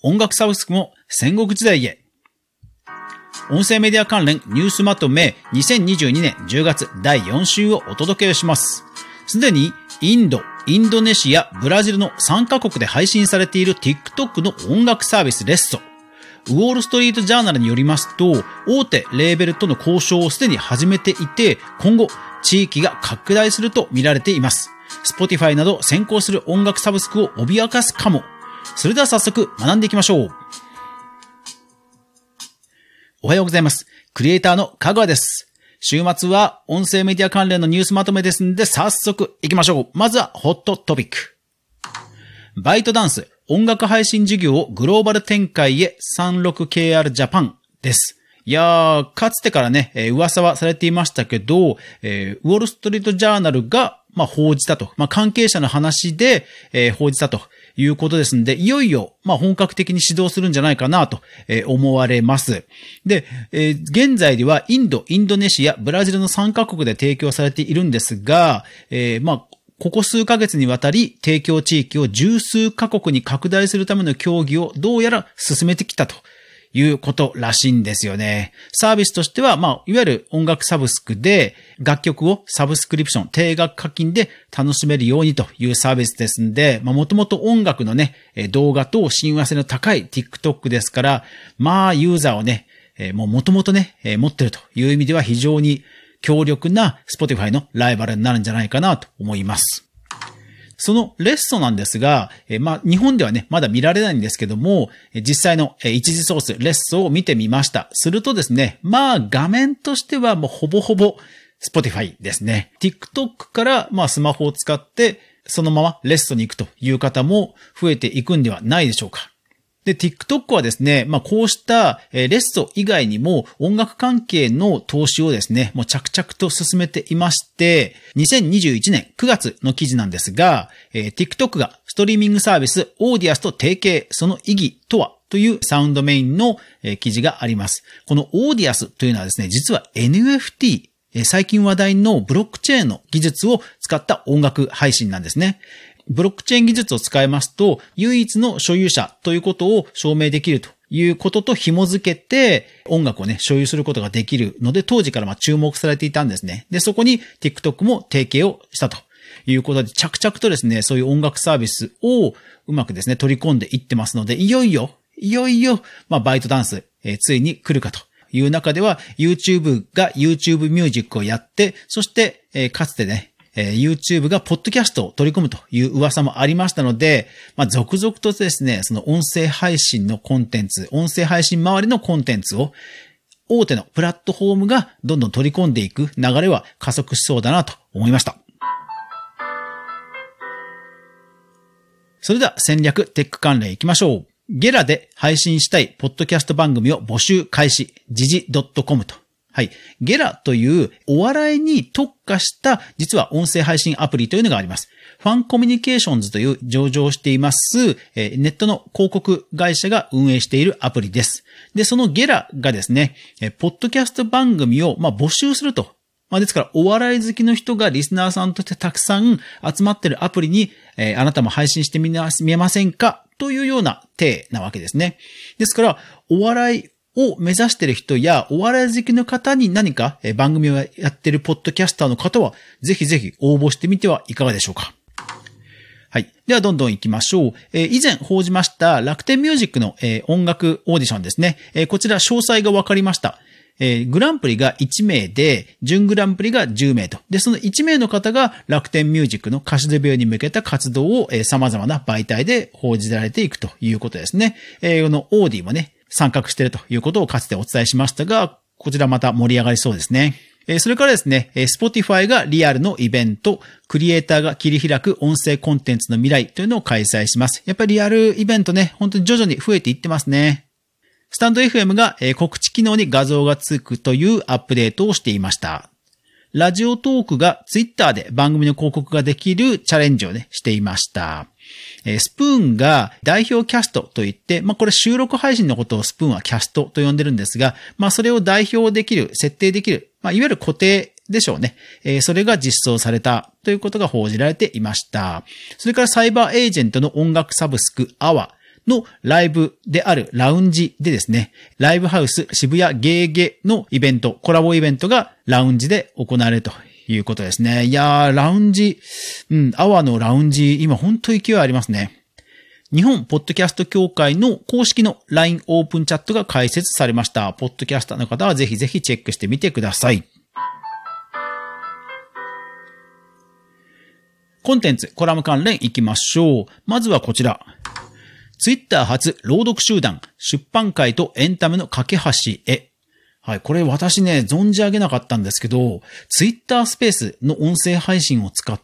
音楽サブスクも戦国時代へ。音声メディア関連ニュースまとめ2022年10月第4週をお届けします。すでにインド、インドネシア、ブラジルの3カ国で配信されている TikTok の音楽サービスレッソ。ウォールストリートジャーナルによりますと、大手レーベルとの交渉をすでに始めていて、今後地域が拡大すると見られています。Spotify など先行する音楽サブスクを脅かすかも。それでは早速学んでいきましょう。おはようございます。クリエイターのかぐわです。週末は音声メディア関連のニュースまとめですんで早速行きましょう。まずはホットトピック。バイトダンス音楽配信事業をグローバル展開へ 36KR ジャパンです。いやー、かつてからね、噂はされていましたけど、ウォールストリートジャーナルが報じたと、関係者の話で、報じたということですんで、いよいよ本格的に始動するんじゃないかなと、思われます。で、現在ではインド、インドネシア、ブラジルの3カ国で提供されているんですが、ここ数ヶ月にわたり提供地域を十数カ国に拡大するための協議をどうやら進めてきたということらしいんですよね。サービスとしては、いわゆる音楽サブスクで楽曲をサブスクリプション、定額課金で楽しめるようにというサービスですんで、もともと音楽のね、動画と親和性の高い TikTok ですから、ユーザーをね、もともとね、持ってるという意味では非常に強力な Spotify のライバルになるんじゃないかなと思います。そのレッソなんですが、日本ではね、まだ見られないんですけども、実際の一次ソース、レッソを見てみました。するとですね、画面としてはもうほぼほぼ Spotify ですね。TikTok からスマホを使って、そのままレッソに行くという方も増えていくんではないでしょうか。で、TikTok はですね、こうしたレッソ以外にも音楽関係の投資をですね、もう着々と進めていまして、2021年9月の記事なんですが、TikTok がストリーミングサービスオーディアスと提携、その意義とはというサウンドメインの記事があります。このオーディアスというのはですね、実は NFT、最近話題のブロックチェーンの技術を使った音楽配信なんですね。ブロックチェーン技術を使いますと、唯一の所有者ということを証明できるということと紐づけて、音楽をね、所有することができるので、当時から注目されていたんですね。で、そこに TikTok も提携をしたということで、着々とですね、そういう音楽サービスをうまくですね、取り込んでいってますので、いよいよ、バイトダンス、ついに来るかという中では、YouTube が YouTube ミュージックをやって、そして、かつてね、YouTube がポッドキャストを取り込むという噂もありましたので、続々とですね、その音声配信のコンテンツ、音声配信周りのコンテンツを大手のプラットフォームがどんどん取り込んでいく流れは加速しそうだなと思いました。それでは戦略テック関連いきましょう。ゲラで配信したいポッドキャスト番組を募集開始。時事.com と。はい。ゲラというお笑いに特化した実は音声配信アプリというのがあります。ファンコミュニケーションズという上場していますネットの広告会社が運営しているアプリです。で、そのゲラがですね、ポッドキャスト番組を募集すると。ですからお笑い好きの人がリスナーさんとしてたくさん集まっているアプリにあなたも配信してみませんかというような体なわけですね。ですからお笑いを目指している人やお笑い好きの方に何か番組をやっているポッドキャスターの方はぜひぜひ応募してみてはいかがでしょうか。はい。ではどんどん行きましょう。以前報じました楽天ミュージックの音楽オーディションですね。こちら詳細が分かりました。グランプリが1名で、準グランプリが10名と。で、その1名の方が楽天ミュージックの歌手デビューに向けた活動を様々な媒体で報じられていくということですね。このオーディもね、参画しているということをかつてお伝えしましたが、こちらまた盛り上がりそうですね。それからですね、Spotify がリアルのイベント、クリエイターが切り開く音声コンテンツの未来というのを開催します。やっぱりリアルイベントね、本当に徐々に増えていってますね。スタンド FM が告知機能に画像がつくというアップデートをしていました。ラジオトークが Twitter で番組の広告ができるチャレンジをね、していました。スプーンが代表キャストといって、これ収録配信のことをスプーンはキャストと呼んでるんですが、それを代表できる、設定できる、いわゆる固定でしょうね。それが実装されたということが報じられていました。それからサイバーエージェントの音楽サブスク、AWA のライブであるラウンジでですね、ライブハウス渋谷ゲーゲのイベント、コラボイベントがラウンジで行われるということですね。いやー、ラウンジ、アワのラウンジ、今ほんと勢いありますね。日本ポッドキャスト協会の公式の LINE オープンチャットが開設されました。ポッドキャスターの方はぜひぜひチェックしてみてください。コンテンツ、コラム関連いきましょう。まずはこちら。ツイッター初朗読集団、出版界とエンタメの架け橋へ。はい、これ私ね、存じ上げなかったんですけど、ツイッタースペースの音声配信を使って、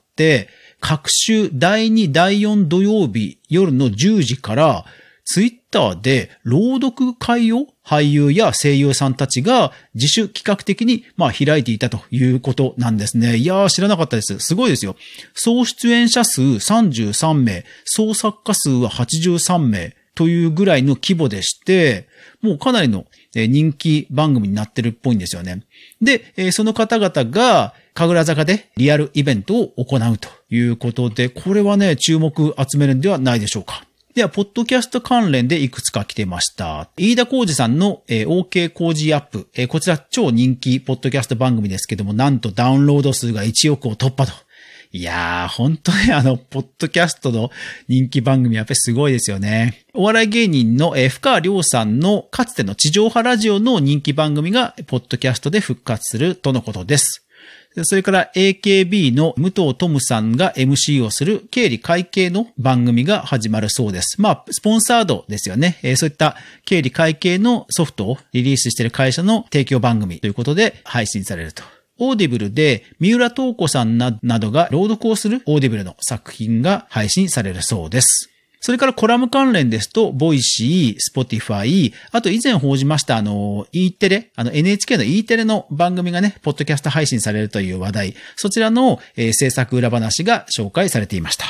各週第2、第4土曜日夜の10時から、ツイッターで朗読会を俳優や声優さんたちが自主企画的に開いていたということなんですね。いやー、知らなかったです。すごいですよ。総出演者数33名、総作家数は83名というぐらいの規模でして、もうかなりの人気番組になってるっぽいんですよね。で、その方々が神楽坂でリアルイベントを行うということで、これはね、注目集めるんではないでしょうか。では、ポッドキャスト関連でいくつか来てました。飯田浩二さんの、OK 工事アップ。こちら超人気ポッドキャスト番組ですけども、なんとダウンロード数が1億を突破と。いやー、本当にポッドキャストの人気番組やっぱりすごいですよね。お笑い芸人の深川亮さんのかつての地上波ラジオの人気番組がポッドキャストで復活するとのことです。それから AKB の武藤トムさんが MC をする経理会計の番組が始まるそうです。スポンサードですよね。そういった経理会計のソフトをリリースしている会社の提供番組ということで配信されると。オーディブルで三浦透子さんなどが朗読をするオーディブルの作品が配信されるそうです。それからコラム関連ですと、ボイシー、スポティファイ、あと以前報じましたE テレ、NHK の E テレの番組がね、ポッドキャスト配信されるという話題、そちらの、制作裏話が紹介されていました。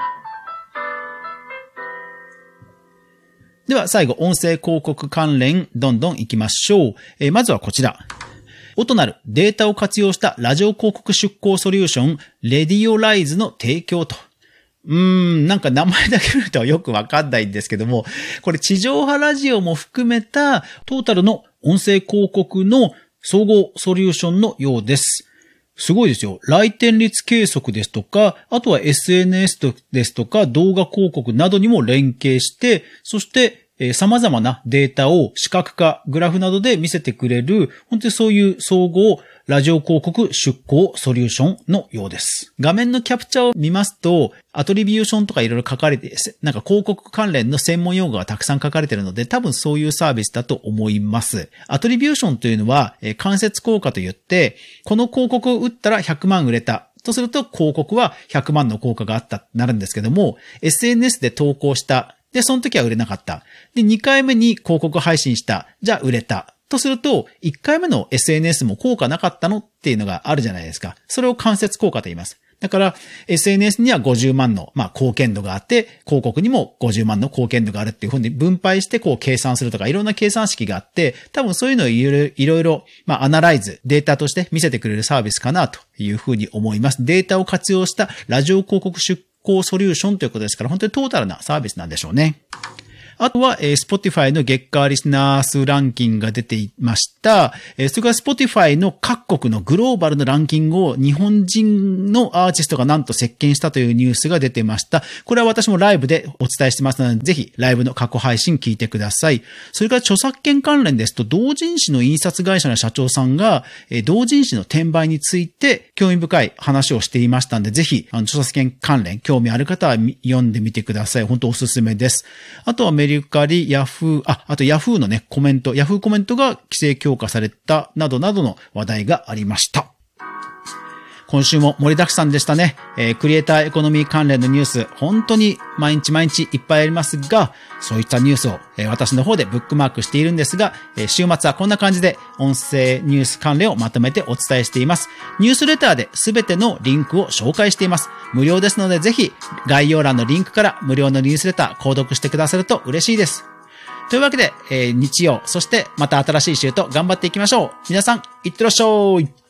では最後、音声広告関連、どんどん行きましょう。まずはこちら。音なるデータを活用したラジオ広告出稿ソリューション、レディオライズの提供と。なんか名前だけ見るとよくわかんないんですけども、これ地上波ラジオも含めたトータルの音声広告の総合ソリューションのようです。すごいですよ。来店率計測ですとか、あとは SNS ですとか動画広告などにも連携して、そして様々なデータを視覚化、グラフなどで見せてくれる、本当にそういう総合ラジオ広告出稿ソリューションのようです。画面のキャプチャーを見ますと、アトリビューションとかいろいろ書かれて、なんか広告関連の専門用語がたくさん書かれているので、多分そういうサービスだと思います。アトリビューションというのは、間接効果といって、この広告を打ったら100万売れた。とすると広告は100万の効果があったとなるんですけども、SNS で投稿した。で、その時は売れなかった。で、2回目に広告配信した。じゃあ売れた。とすると、1回目の SNS も効果なかったのっていうのがあるじゃないですか。それを間接効果と言います。だから、SNS には50万の、貢献度があって、広告にも50万の貢献度があるっていうふうに分配して計算するとか、いろんな計算式があって、多分そういうのをいろいろ、アナライズ、データとして見せてくれるサービスかなというふうに思います。データを活用したラジオ広告出稿ソリューションということですから、本当にトータルなサービスなんでしょうね。あとは、Spotify の月間リスナー数ランキングが出ていました。それから Spotify の各国のグローバルのランキングを日本人のアーティストがなんと席巻したというニュースが出ていました。これは私もライブでお伝えしてますので、ぜひライブの過去配信聞いてください。それから著作権関連ですと、同人誌の印刷会社の社長さんが、同人誌の転売について興味深い話をしていましたので、ぜひ、著作権関連、興味ある方は読んでみてください。本当おすすめです。あとはメルカリ、ヤフー、あとヤフーのね、コメント、ヤフーコメントが規制強化された、などなどの話題がありました。今週も盛りだくさんでしたね。クリエイターエコノミー関連のニュース、本当に毎日いっぱいありますが、そういったニュースを、私の方でブックマークしているんですが、週末はこんな感じで音声ニュース関連をまとめてお伝えしています。ニュースレターで全てのリンクを紹介しています。無料ですので、ぜひ概要欄のリンクから無料のニュースレター購読してくださると嬉しいです。というわけで、日曜、そしてまた新しい週と頑張っていきましょう。皆さん、いってらっしゃい。